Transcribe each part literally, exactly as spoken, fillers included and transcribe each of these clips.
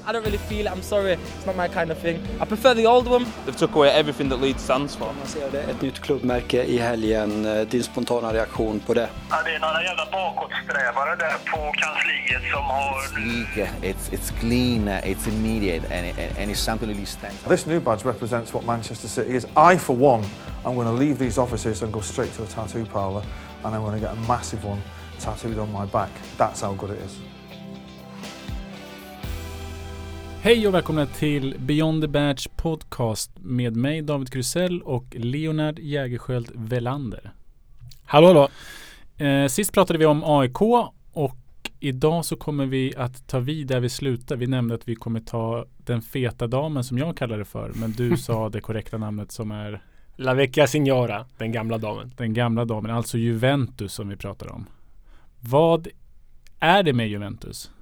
I don't really feel it. I'm sorry, it's not my kind of thing. I prefer the old one. They've took away everything that Leeds stands for. Man ser det, ett nytt klubbmärke i helgen. Din spontana reaktion på det? Ja, det är några jävla bakåtsträvare där på kansliet som har... It's, it's clean, it's immediate, and, it, and it's something that Leeds stands for. This new badge represents what Manchester City is. I, for one, I'm going to leave these offices and go straight to a tattoo parlour, and I'm going to get a massive one tattooed on my back. That's how good it is. Hej och välkomna till Beyond the Badge podcast med mig David Krusell och Leonard Jägerskiöld Velander. Hallå hallå! Eh, sist pratade vi om A I K och idag så kommer vi att ta vid där vi slutar. Vi nämnde att vi kommer ta den feta damen som jag kallar det för, men du sa det korrekta namnet som är... La Vecchia Signora, den gamla damen. Den gamla damen, alltså Juventus som vi pratar om. Vad är det med Juventus?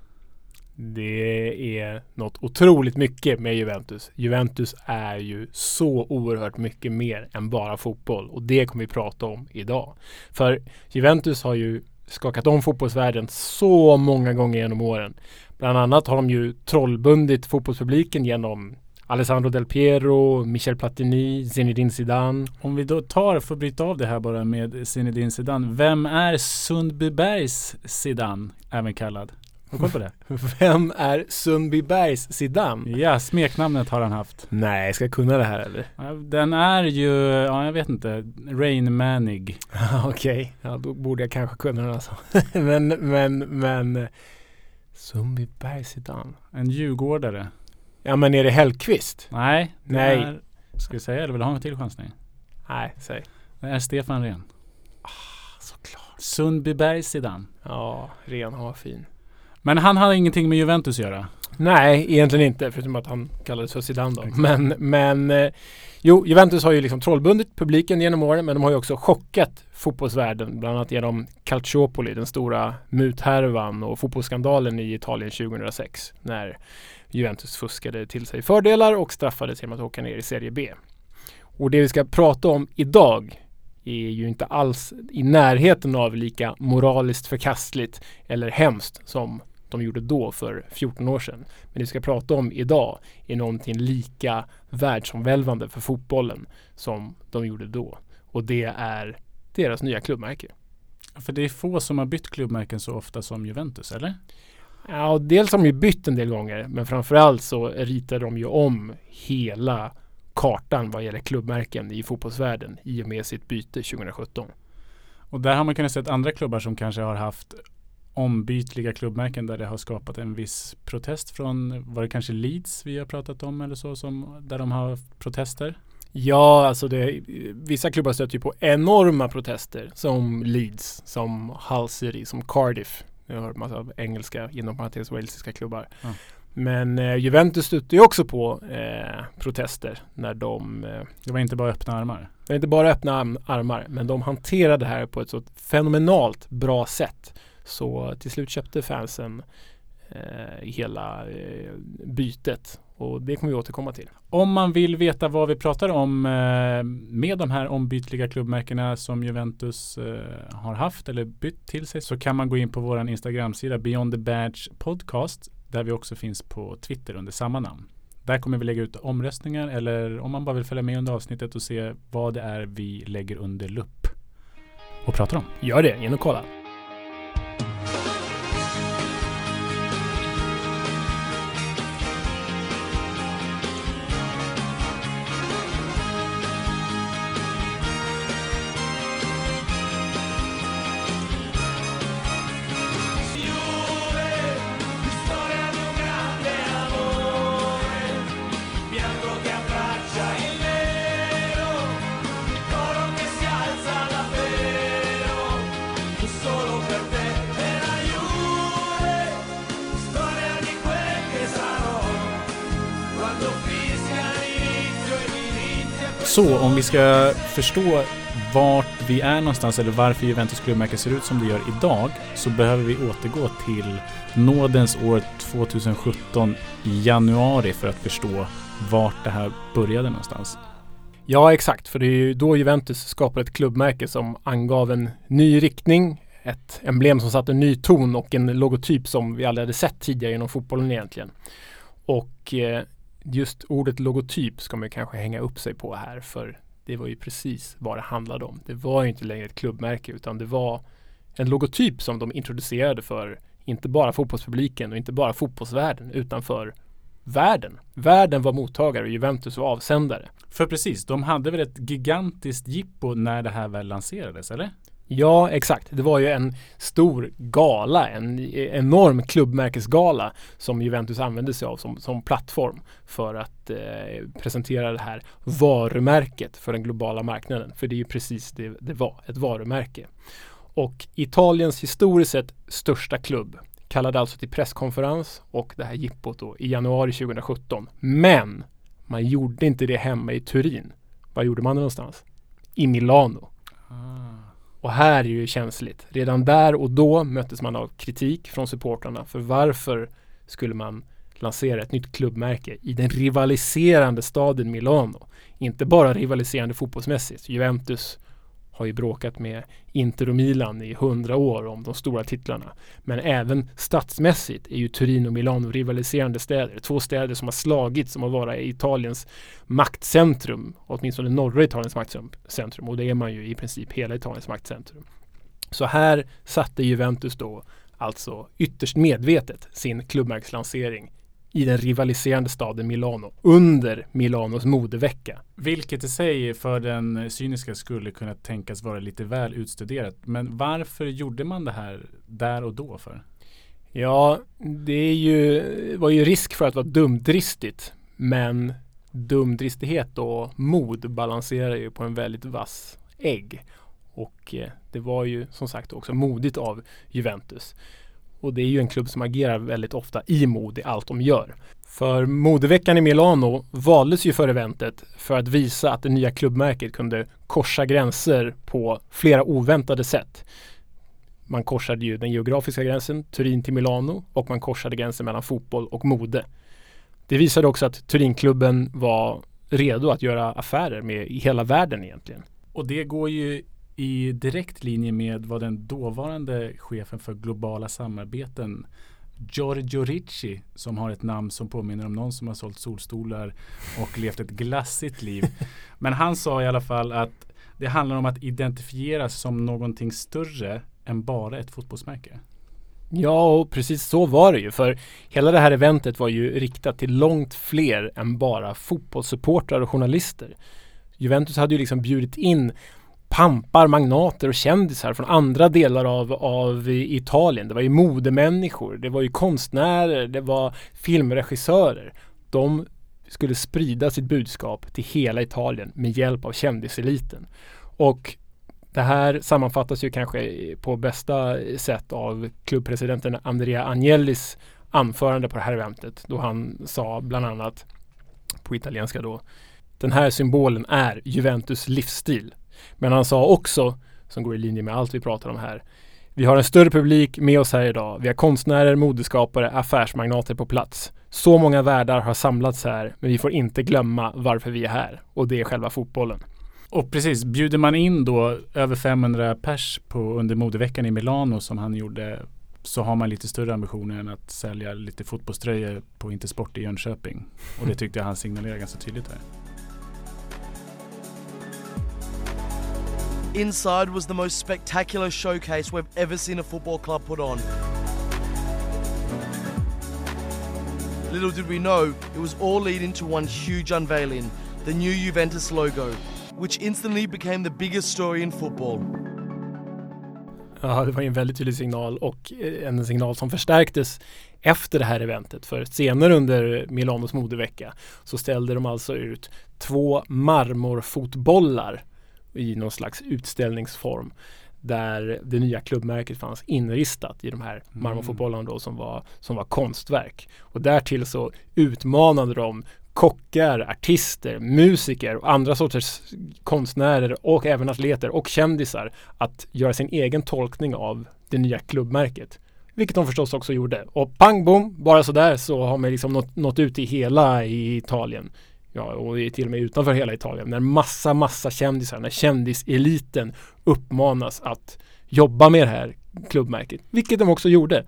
Det är något otroligt mycket med Juventus. Juventus är ju så oerhört mycket mer än bara fotboll. Och det kommer vi prata om idag. För Juventus har ju skakat om fotbollsvärlden så många gånger genom åren. Bland annat har de ju trollbundit fotbollspubliken genom Alessandro Del Piero, Michel Platini, Zinedine Zidane. Om vi då tar, för att bryta av det här bara med Zinedine Zidane. Vem är Sundbybergs Zidane, även kallad? Har du koll på det? Vem är Sundbybergs Zidane? Ja, smeknamnet har han haft. Nej, ska jag kunna det här eller? Ja, den är ju, ja jag vet inte, Rain Manig. Okej, okay. Ja då borde jag kanske kunna den alltså. men, men, men Sundbybergs Zidane. En djurgårdare. Ja, men är det Hellqvist? Nej. Nej. Är, ska vi säga eller vill du ha en till chansning? Nej, säg. Det är Stefan Rehn. Ah, såklart. Sundbybergs Zidane. Ja, Rehn har fin. Men han hade ingenting med Juventus att göra? Nej, egentligen inte. Förutom att han kallades för Zidane då. Men, men eh, jo, Juventus har ju liksom trollbundit publiken genom åren. Men de har ju också chockat fotbollsvärlden. Bland annat genom Calciopoli, den stora muthärvan och fotbollsskandalen i Italien tjugohundrasex. När Juventus fuskade till sig fördelar och straffades genom att åka ner i Serie B. Och det vi ska prata om idag är ju inte alls i närheten av lika moraliskt förkastligt eller hemskt som de gjorde då för fjorton år sedan. Men det vi ska prata om idag är någonting lika världsomvälvande för fotbollen som de gjorde då. Och det är deras nya klubbmärke. För det är få som har bytt klubbmärken så ofta som Juventus, eller? Ja, dels har de ju bytt en del gånger, men framförallt så ritar de ju om hela kartan vad gäller klubbmärken i fotbollsvärlden i och med sitt byte tjugohundrasjutton. Och där har man kunnat se andra klubbar som kanske har haft ombytliga klubbmärken där det har skapat en viss protest från, var det kanske Leeds vi har pratat om eller så, som, där de har protester? Ja, alltså det, vissa klubbar stöter ju på enorma protester som Leeds, som Hull City, som Cardiff. Jag har hört massa av engelska, inom parentes walesiska klubbar. Mm. Men eh, Juventus stötte ju också på eh, protester när de... Eh, det var inte bara öppna armar. Det var inte bara öppna armar, men de hanterade det här på ett så fenomenalt bra sätt. Så till slut köpte fansen eh, hela eh, bytet. Och det kommer vi återkomma till. Om man vill veta vad vi pratar om eh, med de här ombytliga klubbmärkena som Juventus eh, har haft eller bytt till sig, så kan man gå in på vår Instagram-sida Beyond the Badge podcast, där vi också finns på Twitter under samma namn. Där kommer vi lägga ut omröstningar, eller om man bara vill följa med under avsnittet och se vad det är vi lägger under lupp och pratar om. Gör det, in och kolla. Så om vi ska förstå vart vi är någonstans eller varför Juventus klubbmärke ser ut som det gör idag, så behöver vi återgå till nådens år tjugohundrasjutton i januari för att förstå vart det här började någonstans. Ja, exakt. För det är ju då Juventus skapade ett klubbmärke som angav en ny riktning, ett emblem som satte en ny ton och en logotyp som vi aldrig hade sett tidigare inom fotbollen egentligen. Och eh, just ordet logotyp ska man kanske hänga upp sig på här, för det var ju precis vad det handlade om. Det var ju inte längre ett klubbmärke, utan det var en logotyp som de introducerade för inte bara fotbollspubliken och inte bara fotbollsvärlden, utan för världen. Världen var mottagare och Juventus var avsändare. För precis, de hade väl ett gigantiskt jippo när det här väl lanserades, eller? Ja, exakt. Det var ju en stor gala, en enorm klubbmärkesgala som Juventus använde sig av som, som plattform för att eh, presentera det här varumärket för den globala marknaden. För det är ju precis det det var, ett varumärke. Och Italiens historiskt sett största klubb kallade alltså till presskonferens och det här jippot då i januari tjugosjutton. Men man gjorde inte det hemma i Turin. Vad gjorde man någonstans? I Milano. Ah. Och här är ju känsligt. Redan där och då möttes man av kritik från supportrarna. För varför skulle man lansera ett nytt klubbmärke i den rivaliserande staden Milano? Inte bara rivaliserande fotbollsmässigt. Juventus har ju bråkat med Inter och Milan i hundra år om de stora titlarna. Men även stadsmässigt är ju Turin och Milano rivaliserande städer. Två städer som har slagits som att vara i Italiens maktcentrum, åtminstone norra Italiens maktcentrum. Och det är man ju i princip hela Italiens maktcentrum. Så här satte Juventus då alltså ytterst medvetet sin klubbmärkeslansering i den rivaliserande staden Milano under Milanos modevecka. Vilket i sig för den cyniska skulle kunna tänkas vara lite väl utstuderat. Men varför gjorde man det här där och då för? Ja, det är ju, var ju risk för att vara dumdristigt. Men dumdristighet och mod balanserar ju på en väldigt vass ägg. Och eh, det var ju som sagt också modigt av Juventus. Och det är ju en klubb som agerar väldigt ofta i mod i allt de gör. För modeveckan i Milano valdes ju för eventet för att visa att det nya klubbmärket kunde korsa gränser på flera oväntade sätt. Man korsade ju den geografiska gränsen, Turin till Milano, och man korsade gränsen mellan fotboll och mode. Det visade också att Turinklubben var redo att göra affärer med i hela världen egentligen. Och det går ju i direkt linje med vad den dåvarande chefen för globala samarbeten, Giorgio Ricci, som har ett namn som påminner om någon som har sålt solstolar och levt ett glassigt liv. Men han sa i alla fall att det handlar om att identifieras som någonting större än bara ett fotbollsmärke. Ja, och precis så var det ju. För hela det här eventet var ju riktat till långt fler än bara fotbollssupportrar och journalister. Juventus hade ju liksom bjudit in pampar, magnater och kändisar från andra delar av, av Italien. Det var ju modemänniskor, det var ju konstnärer, det var filmregissörer. De skulle sprida sitt budskap till hela Italien med hjälp av kändiseliten. Och det här sammanfattas ju kanske på bästa sätt av klubbpresidenten Andrea Agnellis anförande på det här eventet, då han sa bland annat på italienska då: den här symbolen är Juventus livsstil. Men han sa också, som går i linje med allt vi pratar om här: vi har en större publik med oss här idag. Vi har konstnärer, modeskapare, affärsmagnater på plats. Så många världar har samlats här, men vi får inte glömma varför vi är här. Och det är själva fotbollen. Och precis, bjuder man in då över femhundra pers på under modeveckan i Milano som han gjorde, så har man lite större ambitioner än att sälja lite fotbollströjor på Intersport i Jönköping. Och det tyckte jag han signalerade ganska tydligt här. Inside was the most spectacular showcase we've ever seen a football club put on. Little did we know, it was all leading to one huge unveiling, the new Juventus logo, which instantly became the biggest story in football. Ja, det var en väldigt tydlig signal, och en signal som förstärktes efter det här eventet. För senare under Milanos modevecka så ställde de alltså ut två marmorfotbollar i någon slags utställningsform där det nya klubbmärket fanns inristat i de här marmorfotbollarna då, som var, som var konstverk. Och därtill så utmanade de kockar, artister, musiker och andra sorters konstnärer och även atleter och kändisar att göra sin egen tolkning av det nya klubbmärket. Vilket de förstås också gjorde. Och pang bom, bara så där så har man liksom nått, nått ut i hela i Italien. Ja, och till och med utanför hela Italien. När massa, massa kändisar, när kändiseliten uppmanas att jobba med det här klubbmärket. Vilket de också gjorde.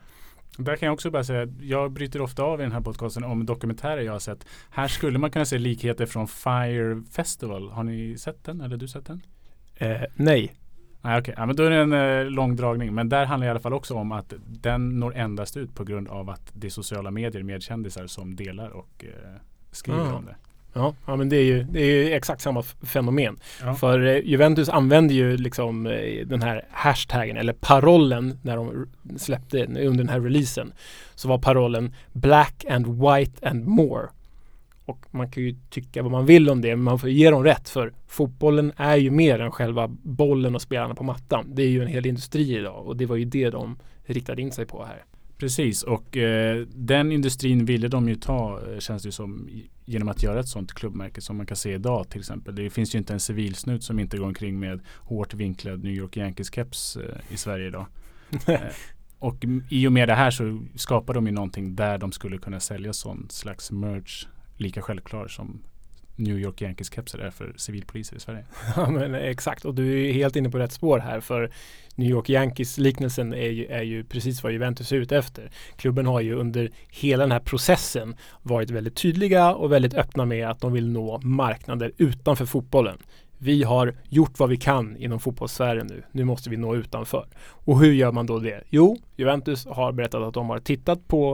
Där kan jag också bara säga att jag bryter ofta av i den här podcasten om dokumentärer jag har sett. Här skulle man kunna se likheter från Fire Festival. Har ni sett den? Eller du sett den? Eh, nej. Nej, okej. Ja, men då är det en eh, lång dragning. Men där handlar det i alla fall också om att den når endast ut på grund av att det är sociala medier med kändisar som delar och eh, skriver ah. om det. Ja, ja, men det är ju, det är ju exakt samma f- fenomen. Ja. För eh, Juventus använde ju liksom eh, den här hashtaggen eller parollen när de r- släppte under den här releasen. Så var parollen Black and White and More. Och man kan ju tycka vad man vill om det, men man får ge dem rätt, för fotbollen är ju mer än själva bollen och spelarna på mattan. Det är ju en hel industri idag och det var ju det de riktade in sig på här. Precis, och eh, den industrin ville de ju ta, eh, känns det ju som, genom att göra ett sånt klubbmärke som man kan se idag till exempel. Det finns ju inte en civilsnut som inte går omkring med hårt vinklad New York Yankees-keps eh, i Sverige idag. eh, och i och med det här så skapar de ju någonting där de skulle kunna sälja sån slags merch lika självklar som New York Yankees-kepsar är för civilpoliser i Sverige. Ja, men exakt, och du är helt inne på rätt spår här, för New York Yankees-liknelsen är ju, är ju precis vad Juventus är ute efter. Klubben har ju under hela den här processen varit väldigt tydliga och väldigt öppna med att de vill nå marknader utanför fotbollen. Vi har gjort vad vi kan inom fotbollssfären nu. Nu måste vi nå utanför. Och hur gör man då det? Jo, Juventus har berättat att de har tittat på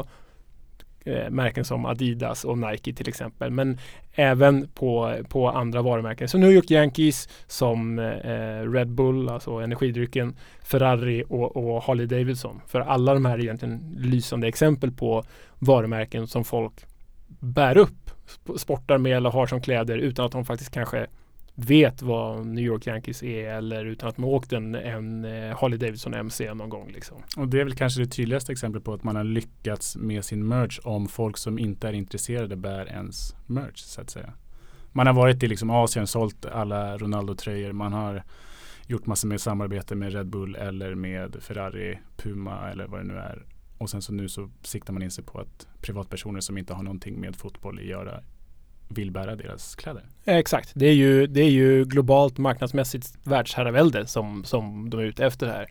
eh, märken som Adidas och Nike till exempel, men även på, på andra varumärken. Så New York Yankees som eh, Red Bull, alltså energidrycken, Ferrari och, och Harley Davidson. För alla de här är egentligen lysande exempel på varumärken som folk bär upp, sportar med eller har som kläder utan att de faktiskt kanske vet vad New York Yankees är, eller utan att man åkt en, en eh, Harley Davidson M C någon gång liksom. Och det är väl kanske det tydligaste exemplet på att man har lyckats med sin merch om folk som inte är intresserade bär ens merch, så att säga. Man har varit i liksom Asien, sålt alla Ronaldo-tröjor, man har gjort massor med samarbete med Red Bull eller med Ferrari, Puma eller vad det nu är. Och sen så nu så siktar man in sig på att privatpersoner som inte har någonting med fotboll att göra vill bära deras kläder. Exakt, det är ju, det är ju globalt marknadsmässigt världsherravälde som, som de är ute efter här.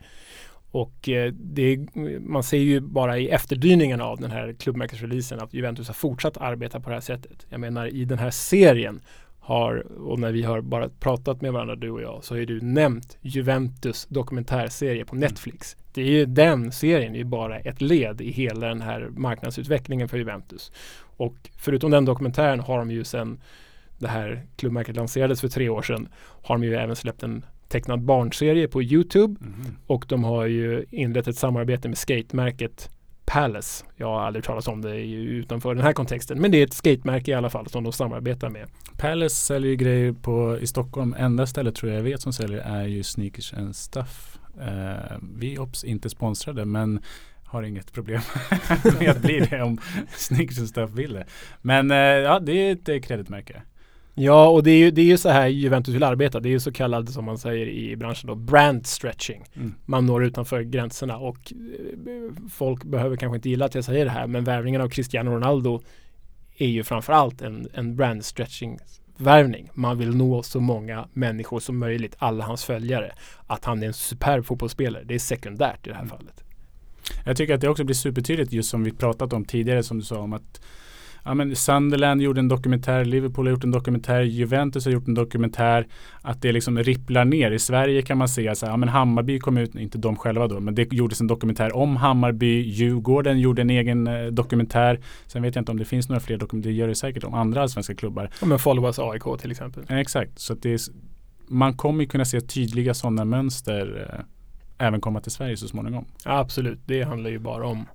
Och eh, det, man ser ju bara i efterdyningarna av den här klubbmärkesreleasen att Juventus har fortsatt arbeta på det här sättet. Jag menar, i den här serien har, och när vi har bara pratat med varandra du och jag, så har du nämnt Juventus dokumentärserie på Netflix. Mm. Det är ju den serien, är ju bara ett led i hela den här marknadsutvecklingen för Juventus. Och förutom den dokumentären har de ju sen det här klubbmärket lanserades för tre år sedan, har de ju även släppt en tecknad barnserie på YouTube. Mm. Och de har ju inlett ett samarbete med skatemärket Palace. Jag har aldrig talat om det utanför den här kontexten, men det är ett skatemärke i alla fall som de samarbetar med. Palace säljer ju grejer på, i Stockholm. Enda stället tror jag jag vet som säljer är ju Sneakers and Stuff. Uh, vi är obs inte sponsrade, men har inget problem med att bli det om Sneakers and Stuff vill det. Men uh, ja, det är ett kreditmärke. Ja, och det är ju, det är ju så här Juventus vill arbeta. Det är ju så kallad, som man säger i branschen då, brand stretching. Mm. Man når utanför gränserna, och eh, folk behöver kanske inte gilla att jag säger det här, men värvningen av Cristiano Ronaldo är ju framförallt en, en brand stretching värvning. Man vill nå så många människor som möjligt, alla hans följare. Att han är en superb fotbollsspelare, det är sekundärt i det här mm. fallet. Jag tycker att det också blir supertydligt, just som vi pratat om tidigare, som du sa om att ja, men Sunderland gjorde en dokumentär, Liverpool har gjort en dokumentär, Juventus har gjort en dokumentär, att det liksom ripplar ner. I Sverige kan man se att ja, men Hammarby kom ut, inte de själva då, men det gjordes en dokumentär om Hammarby, Djurgården gjorde en egen eh, dokumentär. Sen vet jag inte om det finns några fler dokumentärer, det gör det säkert om andra svenska klubbar. Ja, men Follow Us A I K till exempel. Eh, exakt, så att det är, man kommer ju kunna se tydliga sådana mönster eh, även komma till Sverige så småningom. Ja, absolut, det handlar ju bara om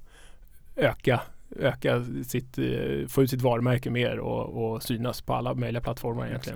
öka öka sitt, få ut sitt varumärke mer och, och synas på alla möjliga plattformar egentligen.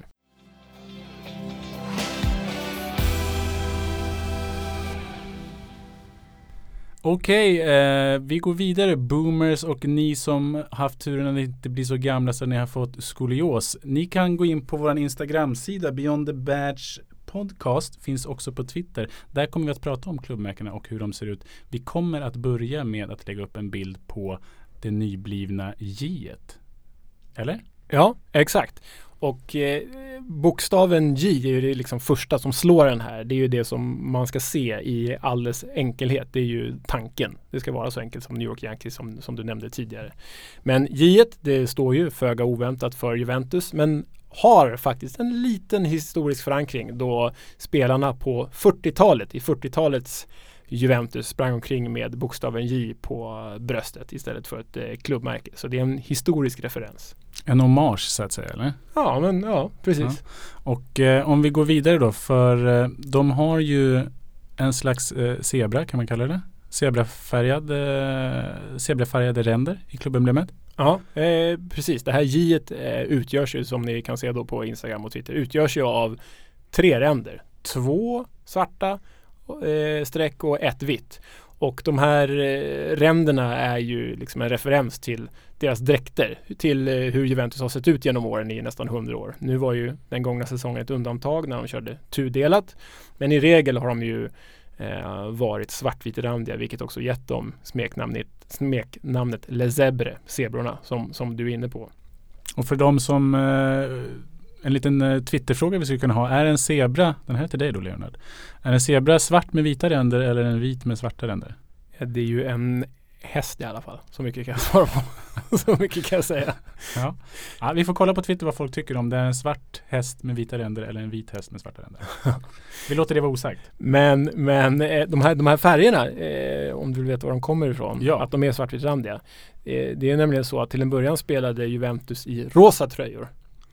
Okej, okay, eh, vi går vidare. Boomers och ni som haft turen att inte bli så gamla så ni har fått skolios. Ni kan gå in på vår Instagram-sida Beyond the Badge Podcast, finns också på Twitter. Där kommer vi att prata om klubbmärkena och hur de ser ut. Vi kommer att börja med att lägga upp en bild på det nyblivna J-et. Eller? Ja, exakt. Och eh, bokstaven J är ju det liksom första som slår den här. Det är ju det som man ska se i alldeles enkelhet. Det är ju tanken. Det ska vara så enkelt som New York Yankees som, som du nämnde tidigare. Men J, det står ju föga oväntat för Juventus, men har faktiskt en liten historisk förankring då spelarna på fyrtiotalet, i fyrtiotalets Juventus sprang omkring med bokstaven J på bröstet istället för ett eh, klubbmärke. Så det är en historisk referens. En hommage så att säga, eller? Ja, men ja, precis. Ja. Och eh, om vi går vidare då, för eh, de har ju en slags eh, zebra, kan man kalla det? Zebrafärgad, eh, zebrafärgade ränder i klubbemblemet. Ja, eh, precis. Det här J eh, utgörs ju, som ni kan se då på Instagram och Twitter, utgörs ju av tre ränder. Två svarta eh, streck och ett vitt. Och de här eh, ränderna är ju liksom en referens till deras dräkter, till eh, hur Juventus har sett ut genom åren i nästan hundra år. Nu var ju den gångna säsongen ett undantag när de körde tudelat, men i regel har de ju eh, varit svartvitrandiga, vilket också gett dem smeknamnet, smeknamnet Le Zebre, zebrorna, som, som du är inne på. Och för de som eh, en liten eh, Twitterfråga vi skulle kunna ha, är en zebra, den här är till dig då Leonard, är en zebra svart med vita ränder eller en vit med svarta ränder? Det är ju en häst i alla fall, så mycket kan jag svara på. Så mycket kan jag säga. Ja. Ja, vi får kolla på Twitter vad folk tycker om det är en svart häst med vita ränder eller en vit häst med svarta ränder. Vi låter det vara osagt. Men, men eh, de, här, de här färgerna, eh, om du vet var de kommer ifrån, ja. Att de är svartvitrandiga. Eh, det är nämligen så att till en början spelade Juventus i rosa tröjor.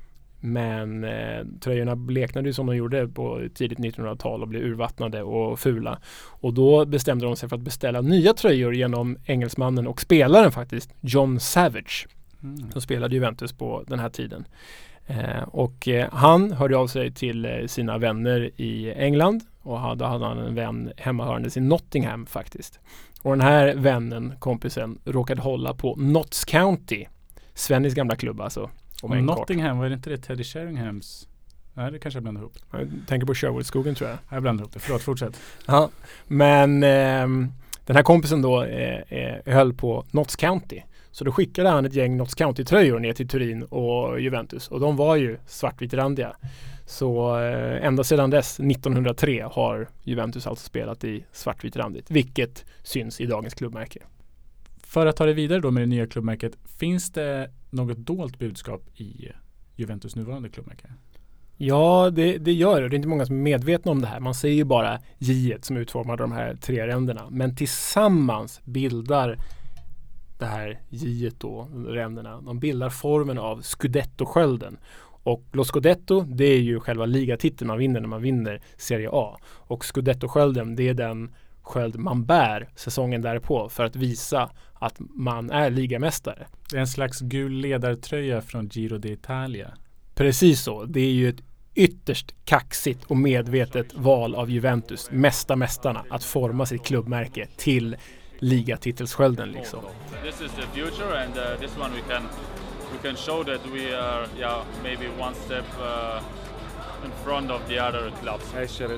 Men eh, tröjorna bleknade ju som de gjorde på tidigt nittonhundratal och blev urvattnade och fula. Och då bestämde de sig för att beställa nya tröjor genom engelsmannen och spelaren faktiskt, John Savage. Mm. Som spelade Juventus på den här tiden. Eh, och eh, han hörde av sig till eh, sina vänner i England. Och då hade han en vän hemmahörandes i Nottingham faktiskt. Och den här vännen, kompisen, råkade hålla på Notts County. Svennis gamla klubb alltså. Och Nottingham, var det inte det Teddy Sheringhams? Nej, det kanske jag blandar ihop. Jag tänker på Sherwood-skogen tror jag. Jag blandar ihop det. Förlåt, fortsätt. Ja, men eh, den här kompisen då eh, eh, höll på Notts County. Så då skickade han ett gäng Notts County-tröjor ner till Turin och Juventus. Och de var ju svartvitrandiga. Så eh, ända sedan dess, nittonhundratre, har Juventus alltså spelat i svartvitrandigt. Vilket syns i dagens klubbmärke. För att ta det vidare då med det nya klubbmärket, finns det något dolt budskap i Juventus nuvarande klubbmärke? Ja, det, det gör det. Det är inte många som är medvetna om det här. Man ser ju bara J som utformar de här tre ränderna. Men tillsammans bildar det här J då, ränderna, de bildar formen av Scudetto-skölden. Och Lo Scudetto, det är ju själva ligatiteln man vinner när man vinner Serie A. Och Scudetto-skölden, det är den sköld man bär säsongen därpå för att visa att man är ligamästare. Det är en slags gul ledartröja från Giro d'Italia. Precis så. Det är ju ett ytterst kaxigt och medvetet val av Juventus, mästa mästarna, att forma sitt klubbmärke till ligatitelskölden liksom. This is the future and uh, this one we can we can show that we are yeah maybe one step uh, in front of the other clubs.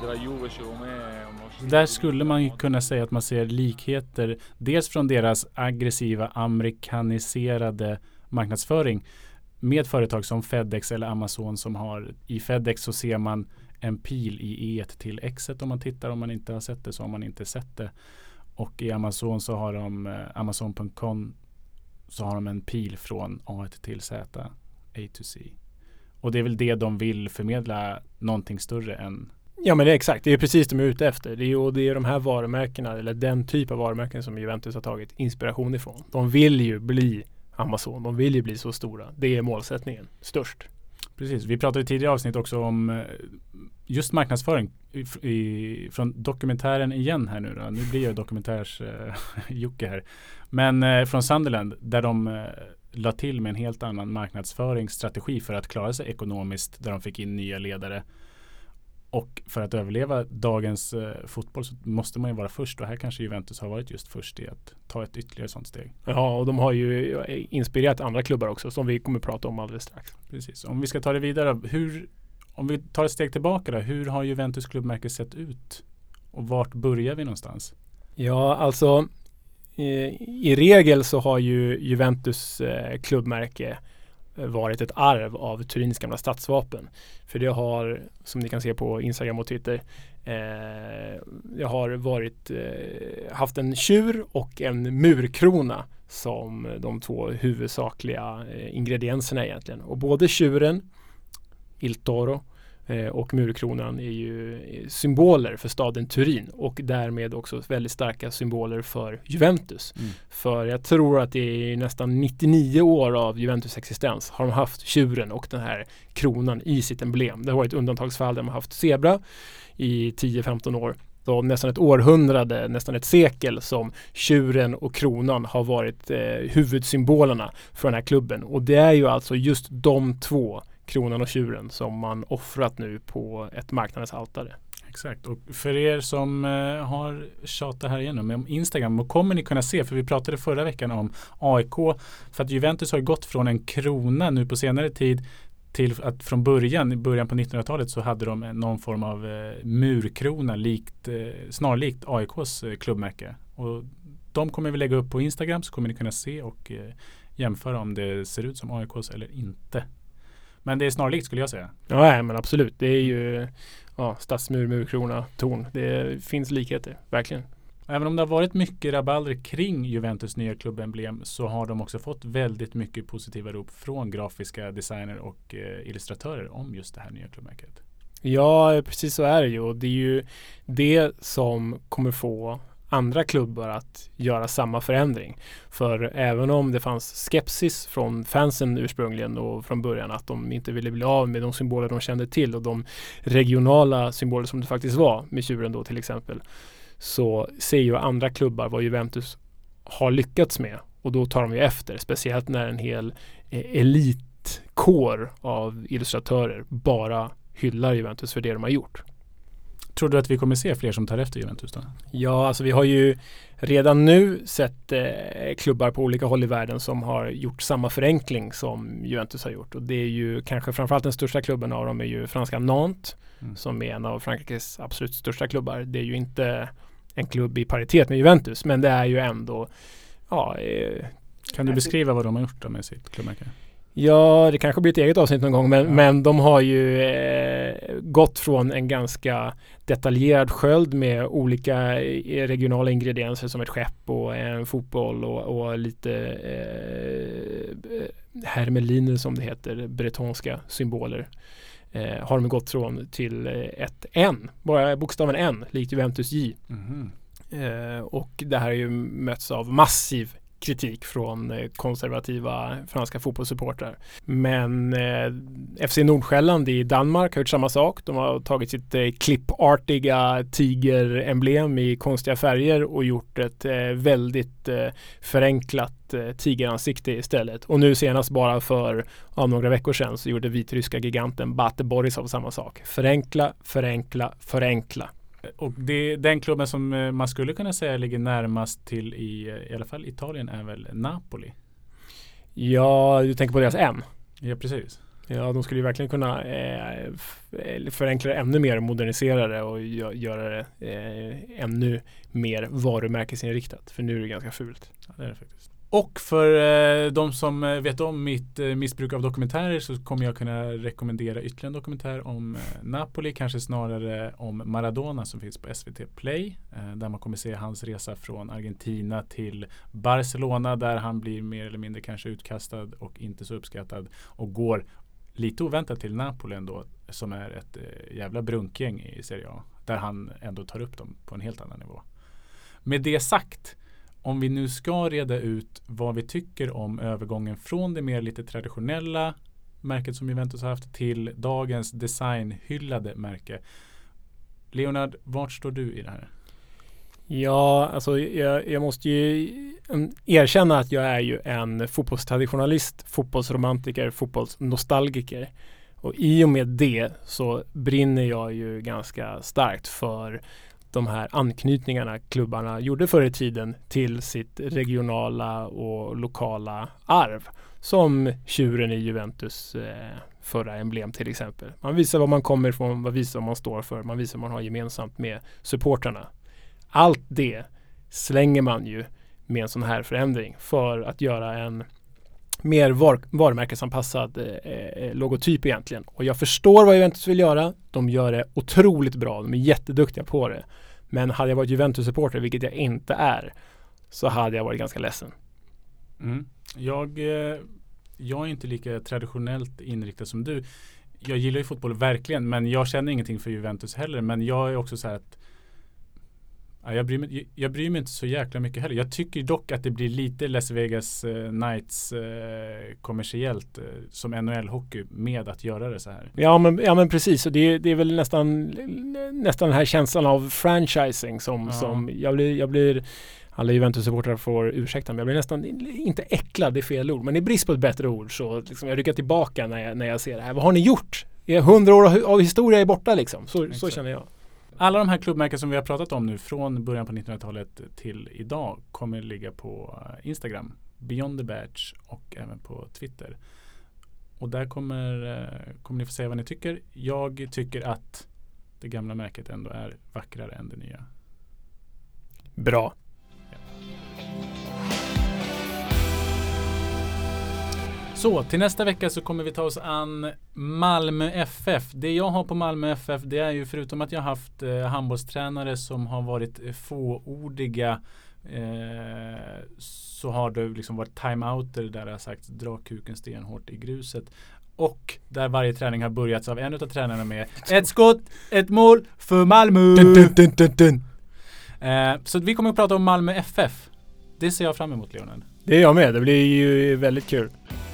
Där skulle man kunna säga att man ser likheter dels från deras aggressiva amerikaniserade marknadsföring med företag som FedEx eller Amazon som har, i FedEx så ser man en pil i E till X om man tittar, om man inte har sett det så har man inte sett det. Och i Amazon så har de eh, Amazon punkt com så har de en pil från A till Z, A to C. Och det är väl det de vill förmedla, någonting större än... Ja men det är exakt, det är precis det de är ute efter. Det är, och det är de här varumärkena, eller den typ av varumärken som Juventus har tagit inspiration ifrån. De vill ju bli Amazon, de vill ju bli så stora. Det är målsättningen, störst. Precis, vi pratade i tidigare avsnitt också om just marknadsföring i, i, från dokumentären igen här nu då. Nu blir jag dokumentärs eh, Jocke här. Men eh, från Sunderland där de eh, la till med en helt annan marknadsföringsstrategi för att klara sig ekonomiskt, där de fick in nya ledare. Och för att överleva dagens eh, fotboll så måste man ju vara först, och här kanske Juventus har varit just först i att ta ett ytterligare sånt steg. Ja, och de har ju inspirerat andra klubbar också som vi kommer att prata om alldeles strax. Precis, om vi ska ta det vidare, hur, om vi tar ett steg tillbaka då, hur har Juventus klubbmärke sett ut? Och vart börjar vi någonstans? Ja, alltså i, i regel så har ju Juventus eh, klubbmärke varit ett arv av Turins gamla stadsvapen. För det har, som ni kan se på Instagram och Twitter, eh, det har varit eh, haft en tjur och en murkrona som de två huvudsakliga eh, ingredienserna egentligen. Och både tjuren, Il Toro, eh, och murkronan är ju symboler för staden Turin och därmed också väldigt starka symboler för Juventus. Mm. För jag tror att det är nästan nittionio år av Juventus existens har de haft tjuren och den här kronan i sitt emblem. Det har varit undantagsfall där de har haft zebra i tio femton år. Då nästan ett århundrade, nästan ett sekel som tjuren och kronan har varit eh, huvudsymbolerna för den här klubben. Och det är ju alltså just de två, kronan och tjuren, som man offrat nu på ett marknadens altare. Exakt, och för er som eh, har tjatat här igenom om Instagram, och kommer ni kunna se, för vi pratade förra veckan om A I K, för att Juventus har gått från en krona nu på senare tid till att från början, i början på nittonhundratalet så hade de någon form av eh, murkrona likt, eh, snarlikt A I K:s eh, klubbmärke. Och de kommer vi lägga upp på Instagram, så kommer ni kunna se och eh, jämföra om det ser ut som A I K:s eller inte. Men det är snarlikt skulle jag säga. Ja, men absolut. Det är ju ja, stadsmur, murkrona, torn. Det finns likheter, verkligen. Även om det har varit mycket rabalder kring Juventus nya klubbemblem så har de också fått väldigt mycket positiva rop från grafiska designer och eh, illustratörer om just det här nya klubbmärket. Ja, precis så är det ju. Och det är ju det som kommer få andra klubbar att göra samma förändring. För även om det fanns skepsis från fansen ursprungligen och från början att de inte ville bli av med de symboler de kände till och de regionala symboler som det faktiskt var med tjuren då till exempel, så ser ju andra klubbar vad Juventus har lyckats med och då tar de ju efter, speciellt när en hel eh, elitkår av illustratörer bara hyllar Juventus för det de har gjort. Tror du att vi kommer se fler som tar efter Juventus då? Ja, alltså vi har ju redan nu sett eh, klubbar på olika håll i världen som har gjort samma förenkling som Juventus har gjort. Och det är ju kanske framförallt den största klubben av dem är ju franska Nantes, mm. som är en av Frankrikes absolut största klubbar. Det är ju inte en klubb i paritet med Juventus, men det är ju ändå ja, eh, kan du beskriva vad de har gjort då med sitt klubbmärke? Ja, det kanske blir ett eget avsnitt någon gång, men, ja. men de har ju eh, gått från en ganska detaljerad sköld med olika regionala ingredienser som ett skepp och en fotboll och, och lite eh, hermeliner som det heter, bretonska symboler. Eh, har de gått från till ett N, bara bokstaven N, likt Juventus J. Mm-hmm. Eh, och det här är ju mötts av massiv kritik från eh, konservativa franska fotbollssupportrar. Men eh, F C Nordsjälland i Danmark har gjort samma sak. De har tagit sitt eh, klippartiga tigeremblem i konstiga färger och gjort ett eh, väldigt eh, förenklat eh, tigeransikte istället. Och nu senast bara för av några veckor sedan så gjorde vitryska giganten Bate Borisov samma sak. Förenkla, förenkla, förenkla. Och det, den klubben som man skulle kunna säga ligger närmast till i, i alla fall Italien är väl Napoli? Ja, du tänker på deras N? Ja, precis. Ja, de skulle ju verkligen kunna eh, förenkla det ännu mer, modernisera det och gö- göra det eh, ännu mer varumärkesinriktat. För nu är det ganska fult. Ja, det är det faktiskt. Och för eh, de som vet om mitt eh, missbruk av dokumentärer så kommer jag kunna rekommendera ytterligare en dokumentär om eh, Napoli, kanske snarare om Maradona som finns på S V T Play, eh, där man kommer se hans resa från Argentina till Barcelona där han blir mer eller mindre kanske utkastad och inte så uppskattad och går lite oväntat till Napoli ändå, som är ett eh, jävla brunkgäng i Serie A, där han ändå tar upp dem på en helt annan nivå. Med det sagt, om vi nu ska reda ut vad vi tycker om övergången från det mer lite traditionella märket som Juventus har haft till dagens designhyllade märke. Leonard, vart står du i det här? Ja, alltså jag, jag måste ju erkänna att jag är ju en fotbollstraditionalist, fotbollsromantiker, fotbollsnostalgiker. Och i och med det så brinner jag ju ganska starkt för de här anknytningarna klubbarna gjorde förr i tiden till sitt regionala och lokala arv. Som tjuren i Juventus eh, förra emblem till exempel. Man visar var man kommer ifrån, man visar vad man står för, man visar vad man har gemensamt med supporterna. Allt det slänger man ju med en sån här förändring för att göra en mer var, varumärkesanpassad eh, logotyp egentligen. Och jag förstår vad Juventus vill göra. De gör det otroligt bra. De är jätteduktiga på det. Men hade jag varit Juventus-supporter, vilket jag inte är, så hade jag varit ganska ledsen. Mm. Jag, eh, jag är inte lika traditionellt inriktad som du. Jag gillar ju fotboll verkligen, men jag känner ingenting för Juventus heller. Men jag är också så här att ja, jag, bryr mig, jag bryr mig inte så jäkla mycket heller. Jag tycker dock att det blir lite Las Vegas eh, Knights eh, kommersiellt eh, som N H L-hockey med att göra det så här. Ja men, ja, men precis. Och det, det är väl nästan, nästan den här känslan av franchising som, ja. som jag blir... Jag blir alla Juventus-supportrar får ursäkta mig. Jag blir nästan inte äcklad, det är fel ord. Men i brist på ett bättre ord så liksom jag rycker tillbaka när jag, när jag ser det här. Vad har ni gjort? Hundra år av, av historia är borta liksom. Så, så känner jag. Alla de här klubbmärken som vi har pratat om nu från början på nittonhundratalet till idag kommer ligga på Instagram, Beyond the Badge och även på Twitter. Och där kommer, kommer ni få säga vad ni tycker. Jag tycker att det gamla märket ändå är vackrare än det nya. Bra. Så, till nästa vecka så kommer vi ta oss an Malmö F F. Det jag har på Malmö F F, det är ju förutom att jag har haft eh, handbollstränare som har varit eh, fåordiga eh, så har det liksom varit timeouter där det har sagt dra kuken stenhårt i gruset. Och där varje träning har börjats av en av tränarna med ett skott, ett mål för Malmö. Dun, dun, dun, dun, dun. Eh, så vi kommer att prata om Malmö F F. Det ser jag fram emot, Leonard. Det är jag med, det blir ju väldigt kul.